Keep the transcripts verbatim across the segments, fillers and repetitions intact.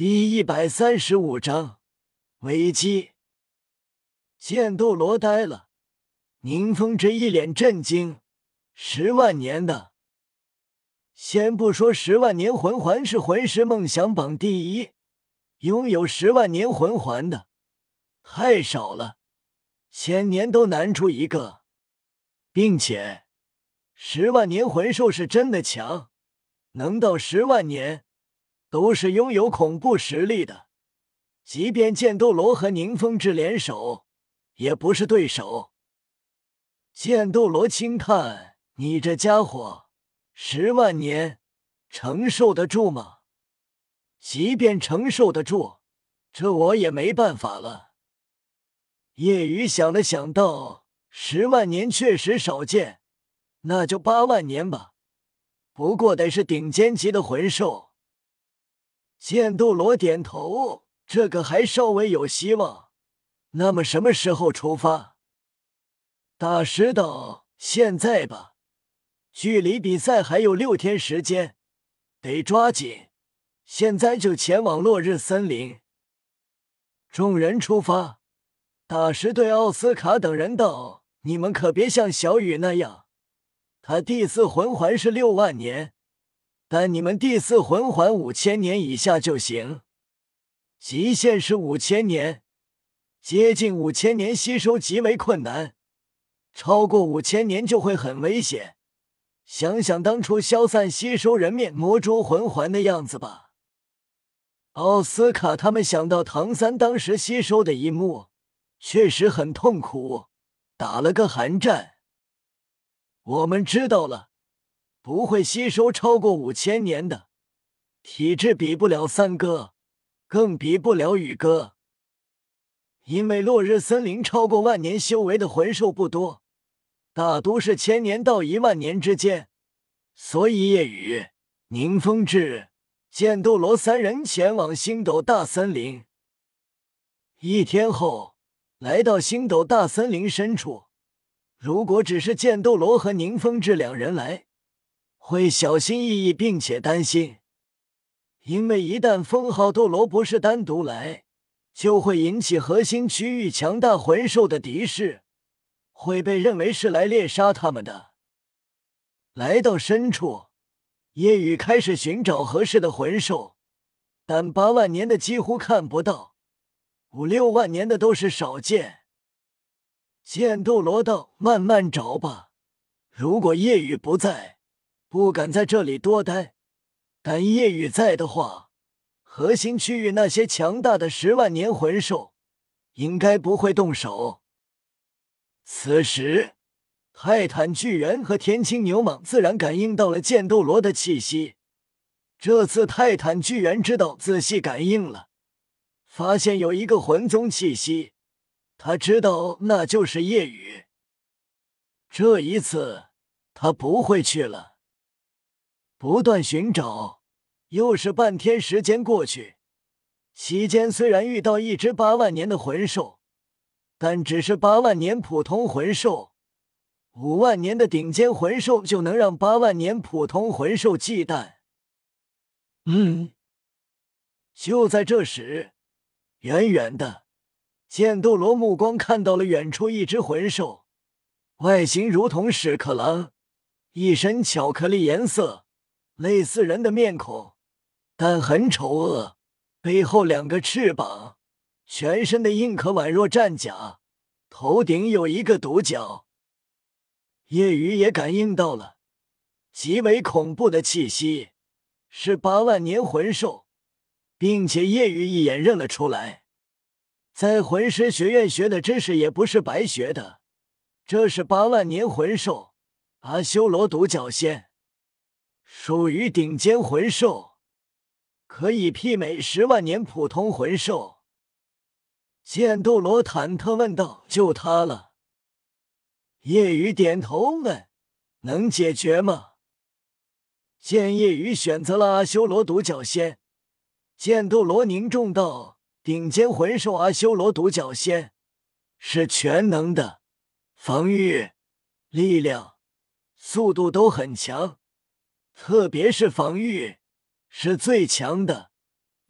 第一百三十五章危机。剑斗罗呆了，宁风致一脸震惊。十万年的，先不说十万年魂环是魂师梦想榜第一，拥有十万年魂环的太少了，千年都难出一个。并且十万年魂兽是真的强，能到十万年都是拥有恐怖实力的，即便剑斗罗和宁风致联手也不是对手。剑斗罗轻叹，你这家伙十万年承受得住吗？即便承受得住，这我也没办法了。叶雨想了想道，十万年确实少见，那就八万年吧，不过得是顶尖级的魂兽。剑斗罗点头，这个还稍微有希望。那么什么时候出发？大师道，现在吧，距离比赛还有六天时间，得抓紧，现在就前往落日森林。众人出发，大师对奥斯卡等人道，你们可别像小雨那样，他第四魂环是六万年，但你们第四魂环五千年以下就行，极限是五千年，接近五千年吸收极为困难，超过五千年就会很危险。想想当初消散吸收人面魔蛛魂环的样子吧。奥斯卡他们想到唐三当时吸收的一幕，确实很痛苦，打了个寒战。我们知道了，不会吸收超过五千年的，体质比不了三哥，更比不了宇哥。因为落日森林超过万年修为的魂兽不多，大都是千年到一万年之间，所以夜雨、宁风致、剑斗罗三人前往星斗大森林。一天后，来到星斗大森林深处，如果只是剑斗罗和宁风致两人来，会小心翼翼并且担心，因为一旦封号斗罗不是单独来，就会引起核心区域强大魂兽的敌视，会被认为是来猎杀他们的。来到深处，夜雨开始寻找合适的魂兽，但八万年的几乎看不到，五六万年的都是少见。剑斗罗道，慢慢找吧，如果夜雨不在，不敢在这里多待，但夜雨在的话，核心区域那些强大的十万年魂兽应该不会动手。此时泰坦巨猿和天青牛蟒自然感应到了剑斗罗的气息，这次泰坦巨猿知道仔细感应了，发现有一个魂宗气息，他知道那就是夜雨。这一次他不会去了。不断寻找，又是半天时间过去，期间虽然遇到一只八万年的魂兽，但只是八万年普通魂兽，五万年的顶尖魂兽就能让八万年普通魂兽忌惮。嗯，就在这时，远远的，剑斗罗目光看到了远处一只魂兽，外形如同屎壳郎，一身巧克力颜色，类似人的面孔，但很丑恶，背后两个翅膀，全身的硬壳宛若战甲，头顶有一个独角。夜雨也感应到了极为恐怖的气息，是八万年魂兽，并且夜雨一眼认了出来。在魂师学院学的知识也不是白学的，这是八万年魂兽阿修罗独角仙，属于顶尖魂兽，可以媲美十万年普通魂兽。剑斗罗忐忑问道，就他了。夜雨点头问，能解决吗？见夜雨选择了阿修罗独角仙，剑斗罗凝重道，顶尖魂兽阿修罗独角仙是全能的，防御、力量、速度都很强，特别是防御是最强的，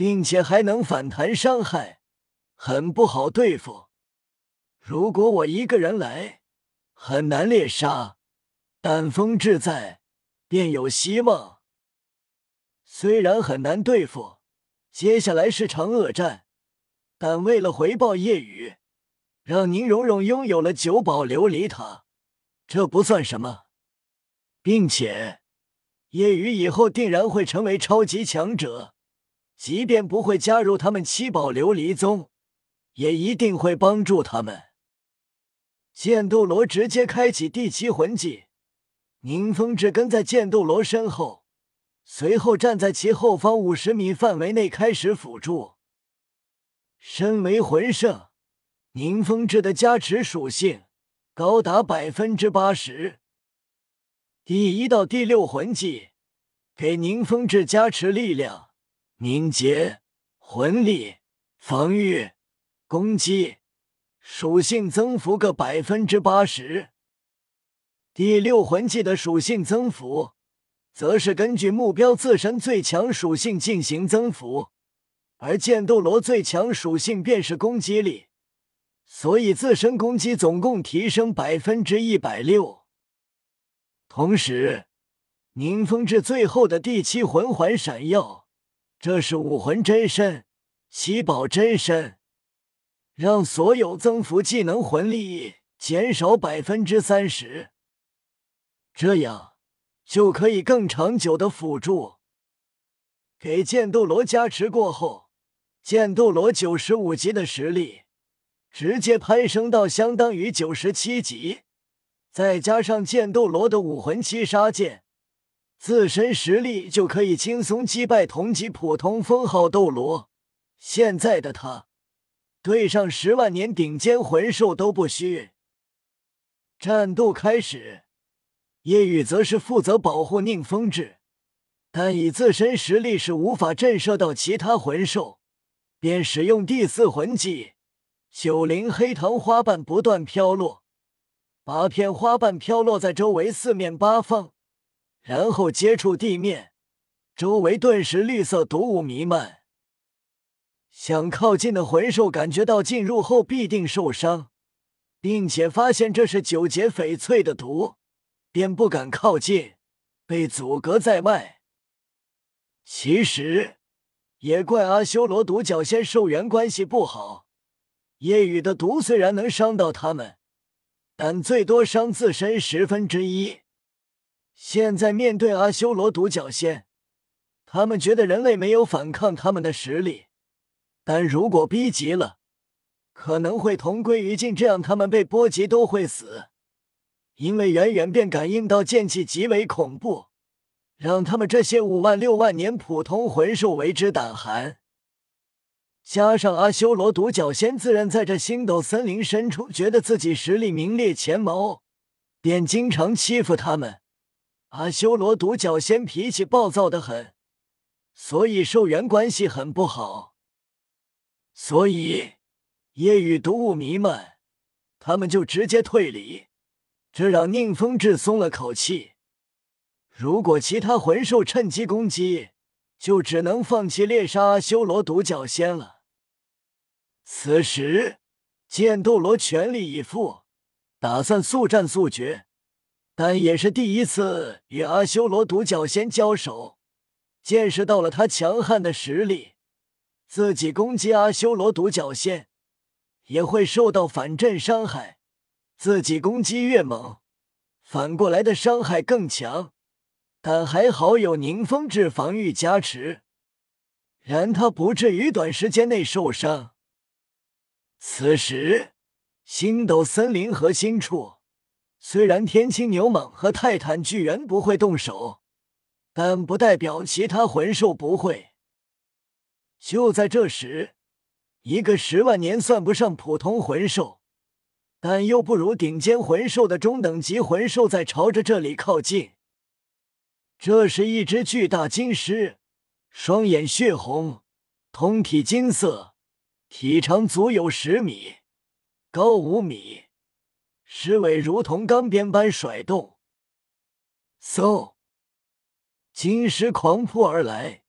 并且还能反弹伤害，很不好对付。如果我一个人来，很难猎杀，但风致在，便有希望。虽然很难对付，接下来是场恶战，但为了回报夜雨，让宁荣荣拥有了九宝琉璃塔，这不算什么。并且夜雨以后定然会成为超级强者，即便不会加入他们七宝琉璃宗，也一定会帮助他们。剑斗罗直接开启第七魂技，宁风致跟在剑斗罗身后，随后站在其后方五十米范围内开始辅助。身为魂圣，宁风致的加持属性高达 百分之八十。 第一到第六魂技给宁风致加持力量、敏捷、魂力、防御、攻击属性增幅各 百分之八十。 第六魂技的属性增幅则是根据目标自身最强属性进行增幅，而剑斗罗最强属性便是攻击力，所以自身攻击总共提升 百分之一百六十。 同时宁风致最后的第七魂环闪耀，这是武魂真身、七宝真身，让所有增幅技能魂力减少 百分之三十， 这样就可以更长久的辅助。给剑斗罗加持过后，剑斗罗九十五级的实力直接攀升到相当于九十七级，再加上剑斗罗的武魂七杀剑，自身实力就可以轻松击败同级普通封号斗罗。现在的他对上十万年顶尖魂兽都不虚。战斗开始，夜雨则是负责保护宁风致，但以自身实力是无法震慑到其他魂兽，便使用第四魂技九灵黑糖花瓣不断飘落，八片花瓣飘落在周围四面八方，然后接触地面，周围顿时绿色毒雾弥漫。想靠近的魂兽感觉到进入后必定受伤，并且发现这是九节翡翠的毒，便不敢靠近，被阻隔在外。其实也怪阿修罗独角仙兽源关系不好，夜雨的毒虽然能伤到他们，但最多伤自身十分之一。现在面对阿修罗独角仙，他们觉得人类没有反抗他们的实力，但如果逼急了，可能会同归于尽，这样他们被波及都会死。因为远远便感应到剑气极为恐怖，让他们这些五万六万年普通魂兽为之胆寒。加上阿修罗独角仙自认在这星斗森林深处觉得自己实力名列前茅，便经常欺负他们。阿修罗独角仙脾气暴躁得很，所以兽源关系很不好。所以夜雨毒雾弥漫，他们就直接退离，这让宁风致松了口气。如果其他魂兽趁机攻击，就只能放弃猎杀阿修罗独角仙了。此时剑斗罗全力以赴，打算速战速决，但也是第一次与阿修罗独角仙交手，见识到了他强悍的实力。自己攻击阿修罗独角仙也会受到反震伤害，自己攻击越猛，反过来的伤害更强，但还好有宁风致防御加持，然他不至于短时间内受伤。此时星斗森林核心处，虽然天青牛蟒和泰坦巨猿不会动手，但不代表其他魂兽不会。就在这时，一个十万年算不上普通魂兽，但又不如顶尖魂兽的中等级魂兽在朝着这里靠近。这是一只巨大金狮，双眼血红，通体金色，体长足有十米，高五米，狮尾如同钢鞭般甩动。嗖！金狮狂扑而来，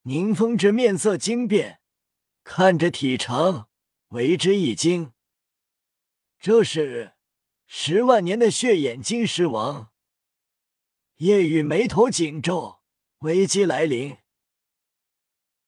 宁风致面色惊变，看着体长，为之一惊。这是十万年的血眼金狮王。叶雨眉头紧皱，危机来临。